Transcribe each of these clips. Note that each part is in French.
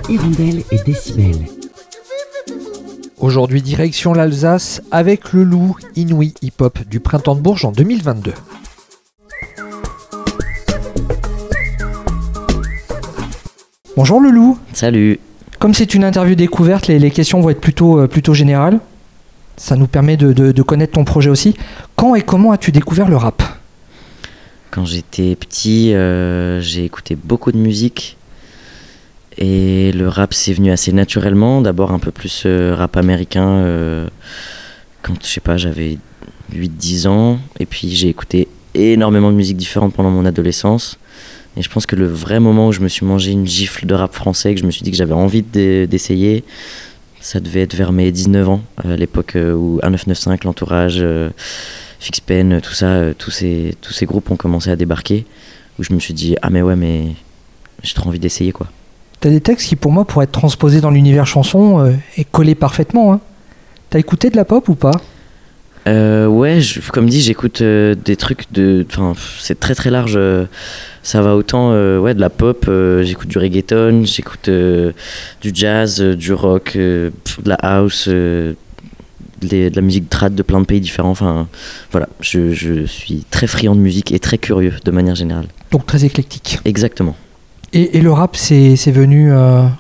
Hirondelle et Décibel. Aujourd'hui, direction l'Alsace avec le Loup, Inouï hip-hop du Printemps de Bourges en 2022. Bonjour le Loup. Salut. Comme c'est une interview découverte, les questions vont être plutôt générales. Ça nous permet de connaître ton projet aussi. Quand et comment as-tu découvert le rap ? Quand j'étais petit, j'ai écouté beaucoup de musique. Et le rap, c'est venu assez naturellement. D'abord un peu plus rap américain quand, je sais pas, j'avais 8-10 ans. Et puis j'ai écouté énormément de musique différente pendant mon adolescence. Et je pense que le vrai moment où je me suis mangé une gifle de rap français, que je me suis dit que j'avais envie d'essayer, ça devait être vers mes 19 ans, à l'époque où 1995, l'entourage, Fix Pen, tout ça, tous ces groupes ont commencé à débarquer, où je me suis dit, ah mais j'ai trop envie d'essayer quoi. T'as des textes qui pour moi pourraient être transposés dans l'univers chanson et coller parfaitement. Hein. T'as écouté de la pop ou pas ? Ouais, comme dit, j'écoute des trucs c'est très très large. Ça va autant de la pop, j'écoute du reggaeton, j'écoute du jazz, du rock, de la house, de la musique trad de plein de pays différents. Enfin, voilà, je suis très friand de musique et très curieux de manière générale. Donc très éclectique. Exactement. Et le rap, c'est venu comment ?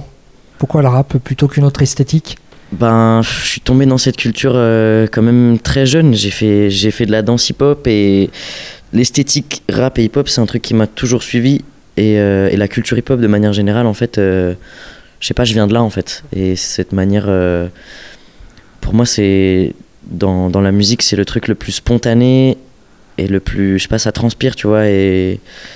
Pourquoi le rap plutôt qu'une autre esthétique ? Je suis tombé dans cette culture quand même très jeune. J'ai fait de la danse hip-hop et l'esthétique rap et hip-hop, c'est un truc qui m'a toujours suivi. Et la culture hip-hop de manière générale, en fait, je sais pas, je viens de là en fait. Et cette manière, pour moi, c'est dans la musique, c'est le truc le plus spontané et le plus, je sais pas, ça transpire, tu vois. Et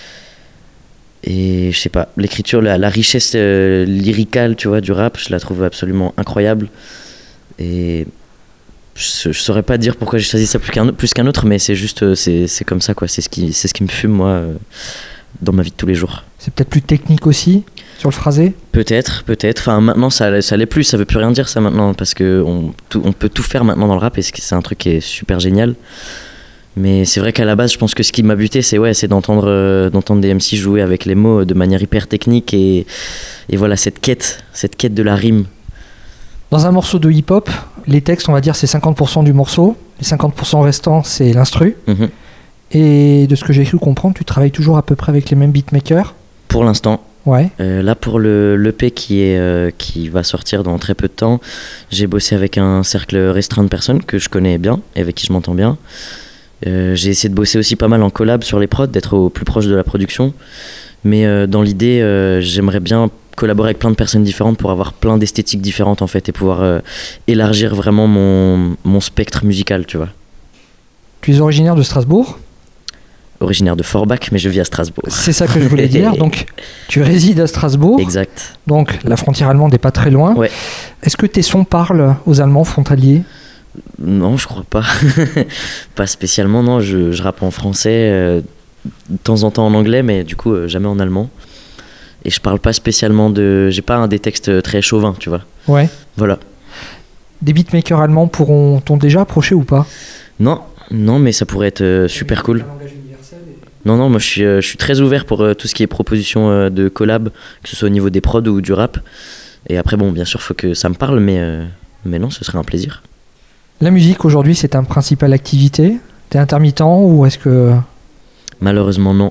je sais pas, l'écriture, la richesse lyricale, tu vois, du rap, je la trouve absolument incroyable. Et je saurais pas dire pourquoi j'ai choisi ça plus qu'un autre, mais c'est juste, c'est comme ça, quoi. C'est ce qui me fume, moi, dans ma vie de tous les jours. C'est peut-être plus technique aussi, sur le phrasé ? Peut-être. Enfin, maintenant, ça l'est plus, ça veut plus rien dire, ça, maintenant, parce qu'on peut tout faire maintenant dans le rap, et c'est un truc qui est super génial. Mais c'est vrai qu'à la base, je pense que ce qui m'a buté, c'est d'entendre des MC jouer avec les mots de manière hyper technique et voilà, cette quête de la rime. Dans un morceau de hip-hop, les textes, on va dire, c'est 50% du morceau. Les 50% restants, c'est l'instru. Mm-hmm. Et de ce que j'ai cru comprendre, tu travailles toujours à peu près avec les mêmes beatmakers ? Pour l'instant. Ouais. Là, pour l'EP qui va sortir dans très peu de temps, j'ai bossé avec un cercle restreint de personnes que je connais bien et avec qui je m'entends bien. J'ai essayé de bosser aussi pas mal en collab sur les prods, d'être au plus proche de la production, mais dans l'idée j'aimerais bien collaborer avec plein de personnes différentes pour avoir plein d'esthétiques différentes en fait et pouvoir élargir vraiment mon spectre musical, tu vois. Tu es originaire de Strasbourg ? Originaire de Forbach, mais je vis à Strasbourg. C'est ça que je voulais dire, donc tu résides à Strasbourg. Exact. Donc la frontière allemande n'est pas très loin. Ouais. Est-ce que tes sons parlent aux Allemands frontaliers ? Non, je crois pas. Pas spécialement, non. Je rappe en français, de temps en temps en anglais, mais du coup, jamais en allemand. Et je parle pas spécialement j'ai pas des textes très chauvins, tu vois. Ouais. Voilà. Des beatmakers allemands t'ont déjà approché ou pas ? Non, mais ça pourrait être super cool. Non, moi je suis très ouvert pour tout ce qui est proposition de collab, que ce soit au niveau des prods ou du rap. Et après, bon, bien sûr, faut que ça me parle, mais non, ce serait un plaisir. La musique aujourd'hui, c'est ta principale activité ? T'es intermittent ou est-ce que... Malheureusement non.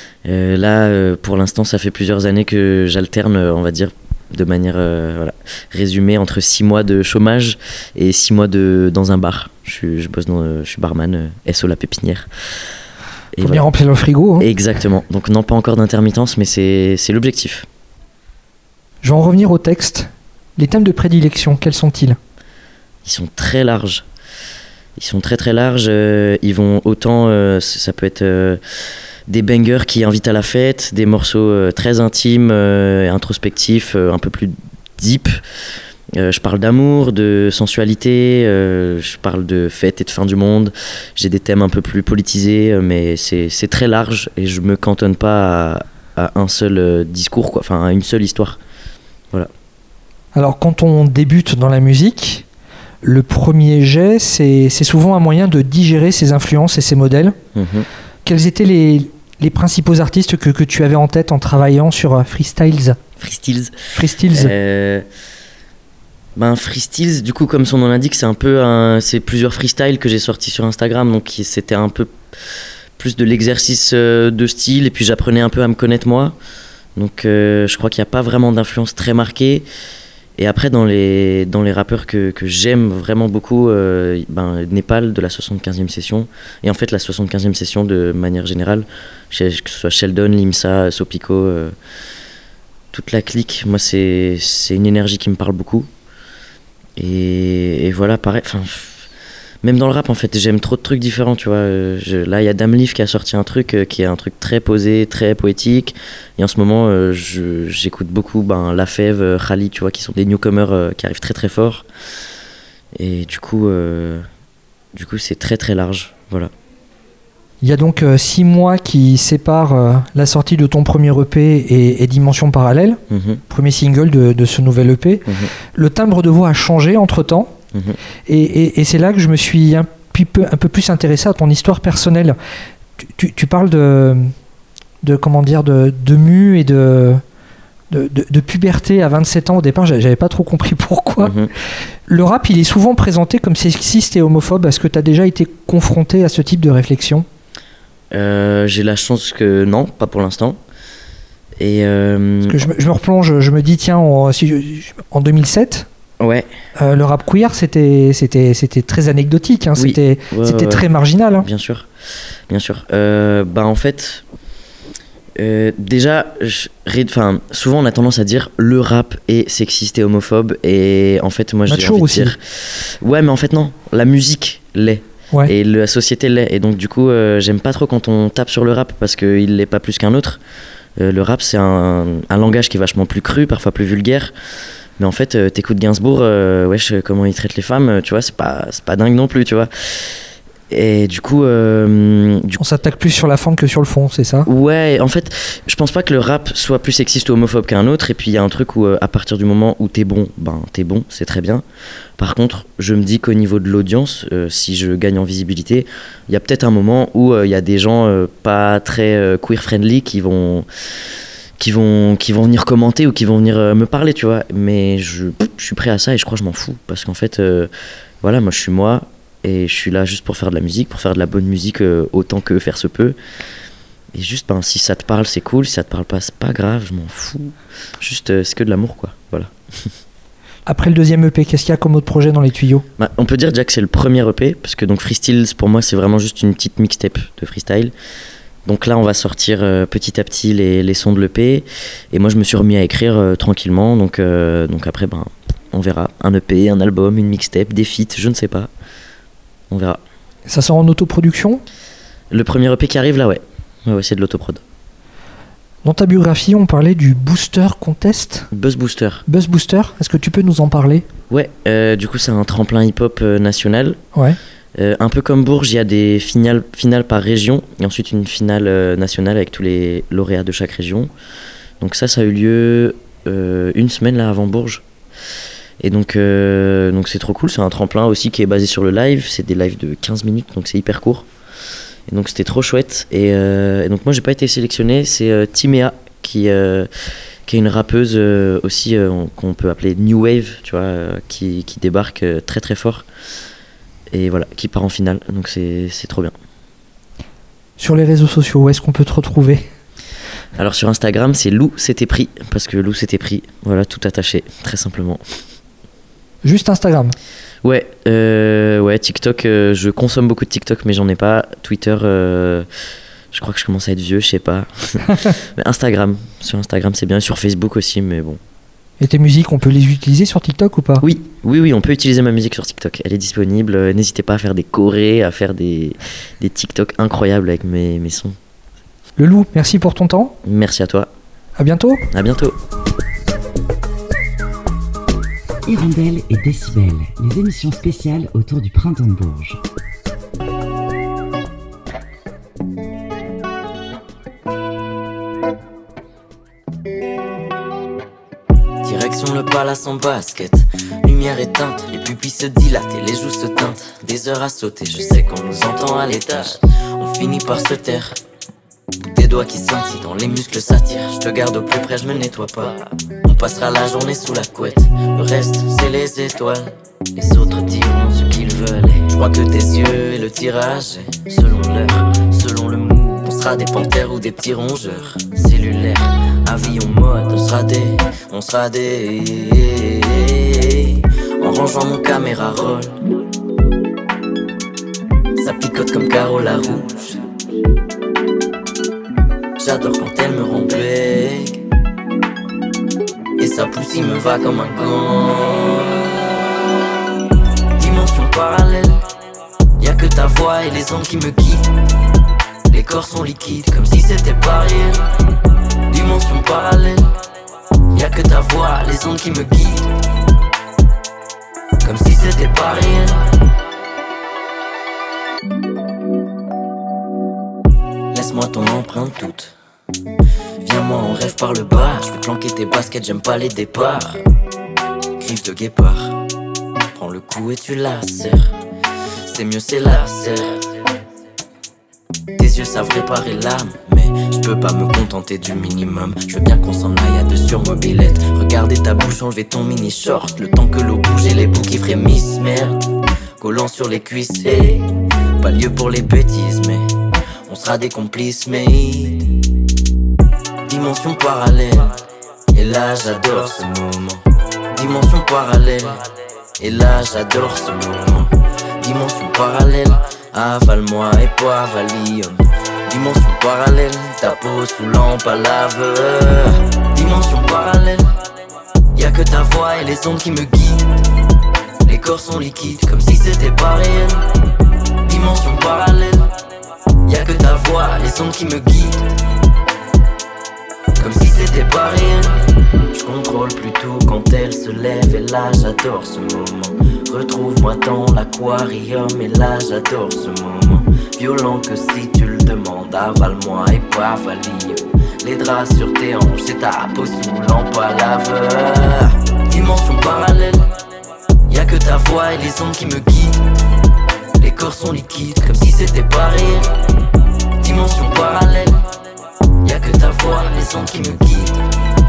Là, pour l'instant, ça fait plusieurs années que j'alterne, on va dire, de manière résumée, entre 6 mois de chômage et 6 mois dans un bar. Je suis barman, SO La Pépinière. Faut bien remplir le frigo. Hein. Exactement. Donc non, pas encore d'intermittence, mais c'est l'objectif. Je vais en revenir au texte. Les thèmes de prédilection, quels sont-ils ? Ils sont très larges. Ils sont très très larges. Ils vont autant, ça peut être des bangers qui invitent à la fête, des morceaux très intimes, introspectifs, un peu plus deep. Je parle d'amour, de sensualité, je parle de fête et de fin du monde. J'ai des thèmes un peu plus politisés, mais c'est très large et je me cantonne pas à un seul discours, quoi. Enfin à une seule histoire. Voilà. Alors quand on débute dans la musique, le premier jet, c'est souvent un moyen de digérer ses influences et ses modèles. Mmh. Quels étaient les principaux artistes que tu avais en tête en travaillant sur Freestyles ? Freestyles. Freestyles, du coup, comme son nom l'indique, c'est plusieurs freestyles que j'ai sortis sur Instagram, donc c'était un peu plus de l'exercice de style, et puis j'apprenais un peu à me connaître moi. Donc je crois qu'il n'y a pas vraiment d'influence très marquée. Et après, dans les rappeurs que j'aime vraiment beaucoup, Népal de la 75e session. Et en fait, la 75e session de manière générale, que ce soit Sheldon, Limsa, Sopico, toute la clique, moi, c'est une énergie qui me parle beaucoup. Et voilà, pareil. Même dans le rap, en fait, j'aime trop de trucs différents, tu vois. Là, il y a Damleaf qui a sorti un truc qui est un truc très posé, très poétique. Et en ce moment, j'écoute beaucoup La Fève, Khali, tu vois, qui sont des newcomers qui arrivent très très fort. Et du coup, c'est très très large, voilà. Il y a donc 6 mois qui séparent la sortie de ton premier EP et Dimension Parallèle, premier single de ce nouvel EP. Le timbre de voix a changé entre-temps. Et c'est là que je me suis un peu plus intéressé à ton histoire personnelle. Tu parles de mue et de puberté à 27 ans au départ. J'avais pas trop compris pourquoi. Le rap, il est souvent présenté comme sexiste et homophobe. Est-ce que tu as déjà été confronté à ce type de réflexion ? J'ai la chance que non, pas pour l'instant. Et Parce que je me replonge, je me dis tiens, en 2007. Ouais. Le rap queer, c'était très anecdotique, hein, oui. C'était très marginal. Hein. Bien sûr. En fait, déjà, souvent on a tendance à dire le rap est sexiste et homophobe, et en fait, moi j'ai envie de dire, ouais, mais en fait non, la musique l'est. Ouais. Et la société l'est, et donc du coup j'aime pas trop quand on tape sur le rap parce qu'il l'est pas plus qu'un autre. Le rap, c'est un langage qui est vachement plus cru, parfois plus vulgaire. Mais en fait, t'écoutes Gainsbourg, wesh, comment il traite les femmes, tu vois, c'est pas dingue non plus, tu vois. Et du coup... on s'attaque plus sur la forme que sur le fond, c'est ça ? Ouais, en fait, je pense pas que le rap soit plus sexiste ou homophobe qu'un autre. Et puis il y a un truc où, à partir du moment où t'es bon, c'est très bien. Par contre, je me dis qu'au niveau de l'audience, si je gagne en visibilité, il y a peut-être un moment où il y a des gens pas très queer-friendly qui vont venir commenter ou qui vont venir me parler, tu vois. Mais je suis prêt à ça et je crois que je m'en fous. Parce qu'en fait, voilà, moi je suis moi et je suis là juste pour faire de la musique, pour faire de la bonne musique autant que faire se peut. Et juste, si ça te parle, c'est cool. Si ça te parle pas, c'est pas grave, je m'en fous. Juste, c'est que de l'amour, quoi. Voilà. Après le deuxième EP, qu'est-ce qu'il y a comme autre projet dans les tuyaux ? On peut dire déjà que c'est le premier EP, parce que donc Freestyles, pour moi, c'est vraiment juste une petite mixtape de freestyle. Donc là, on va sortir petit à petit les sons de l'EP. Et moi, je me suis remis à écrire tranquillement. Donc après, on verra. Un EP, un album, une mixtape, des feats, je ne sais pas. On verra. Ça sort en autoproduction ? Le premier EP qui arrive, là, ouais. Ouais, c'est de l'autoprod. Dans ta biographie, on parlait du Booster Contest ? Buzz Booster. Buzz Booster, est-ce que tu peux nous en parler ? Ouais, du coup, c'est un tremplin hip-hop national. Ouais. Un peu comme Bourges, il y a des finales par région et ensuite une finale nationale avec tous les lauréats de chaque région. Donc ça a eu lieu une semaine là avant Bourges. Et donc c'est trop cool, c'est un tremplin aussi qui est basé sur le live, c'est des lives de 15 minutes donc c'est hyper court. Et donc c'était trop chouette. Et donc moi j'ai pas été sélectionné, c'est Timéa qui est une rappeuse aussi qu'on peut appeler New Wave, tu vois, qui débarque très très fort. Et voilà, qui part en finale, donc c'est trop bien. Sur les réseaux sociaux, où est-ce qu'on peut te retrouver ? Alors sur Instagram, c'est Lou C'était Pris, parce que Lou C'était Pris, voilà, tout attaché, très simplement. Juste Instagram ? Ouais, TikTok, je consomme beaucoup de TikTok, mais j'en ai pas. Twitter, je crois que je commence à être vieux, je sais pas. Mais Instagram, sur Instagram c'est bien, sur Facebook aussi, mais bon. Et tes musiques, on peut les utiliser sur TikTok ou pas ? Oui, on peut utiliser ma musique sur TikTok. Elle est disponible. N'hésitez pas à faire des chorés, à faire des TikTok incroyables avec mes sons. Le Loup, merci pour ton temps. Merci à toi. À bientôt. À bientôt. Hirondelle et Décibel, les émissions spéciales autour du printemps de Bourges. Direction le palace en basket, lumière éteinte, les pupilles se dilatent et les joues se teintent. Des heures à sauter, je sais qu'on nous entend à l'étage, on finit par se taire. Des tes doigts qui scintillent, dans les muscles s'attirent. Je te garde au plus près, je me nettoie pas. On passera la journée sous la couette. Le reste, c'est les étoiles. Les autres diront ce qu'ils veulent. Je crois que tes yeux et le tirage, selon l'heure, selon le mood, on sera des panthères ou des petits rongeurs cellulaires. Avion mode, on sera des. En rangeant mon caméra roll, ça picote comme Carola rouge. J'adore quand elle me rend bête. Et sa pousse il me va comme un gant. Dimension parallèle, y'a que ta voix et les ondes qui me quittent. Les corps sont liquides comme si c'était pas réel. Dimension parallèle, y'a que ta voix, les ondes qui me quittent. Comme si c'était pas réel. Laisse-moi ton empreinte toute. Viens-moi, on rêve par le bar. Je vais planquer tes baskets, j'aime pas les départs. Griffe de guépard, prends le coup et tu la serres. C'est mieux, c'est la serre. Tes yeux savent réparer l'âme, mais je peux pas me contenter du minimum. Je veux bien qu'on s'en aille à deux sur mobilette. Regarder ta bouche, enlever ton mini short. Le temps que l'eau bouge et les bouts qui frémissent, merde. Collant sur les cuisses, hey. Pas lieu pour les bêtises, mais on sera des complices, mais dimension parallèle. Et là j'adore ce moment. Dimension parallèle. Et là j'adore ce moment. Dimension parallèle. Avale-moi et pas Valium. Dimension parallèle. Ta peau sous lampe à laveur. Dimension parallèle. Y'a que ta voix et les ondes qui me guident. Les corps sont liquides comme si c'était pas réel. Dimension parallèle. Y'a que ta voix, les ondes qui me guident. Comme si c'était pas réel. Je contrôle plutôt quand elle se lève. Et là j'adore ce moment. Retrouve-moi dans l'aquarium. Et là j'adore ce moment. Violent que si tu le demandes. Avale-moi et pas Valium. Les draps sur tes hanches. C'est ta peau sous lampe à laveur. Dimension parallèle. Y'a que ta voix et les ondes qui me guident. Les corps sont liquides comme si c'était pas réel. Dimension parallèle. Y'a que ta voix, les ondes qui me guident.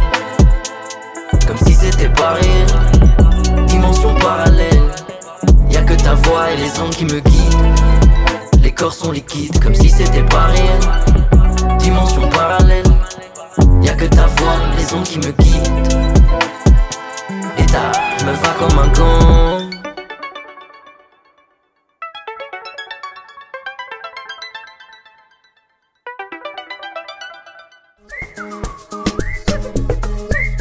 Comme si c'était pas réel. Dimension parallèle. Y'a que ta voix et les ondes qui me guident. Les corps sont liquides comme si c'était pas réel. Dimension parallèle. Y'a que ta voix, les ondes qui me guident. Et ta me va comme un gant.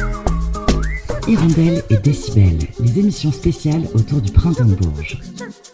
Hirondelle et Décibel, les émissions spéciales autour du printemps de Bourges.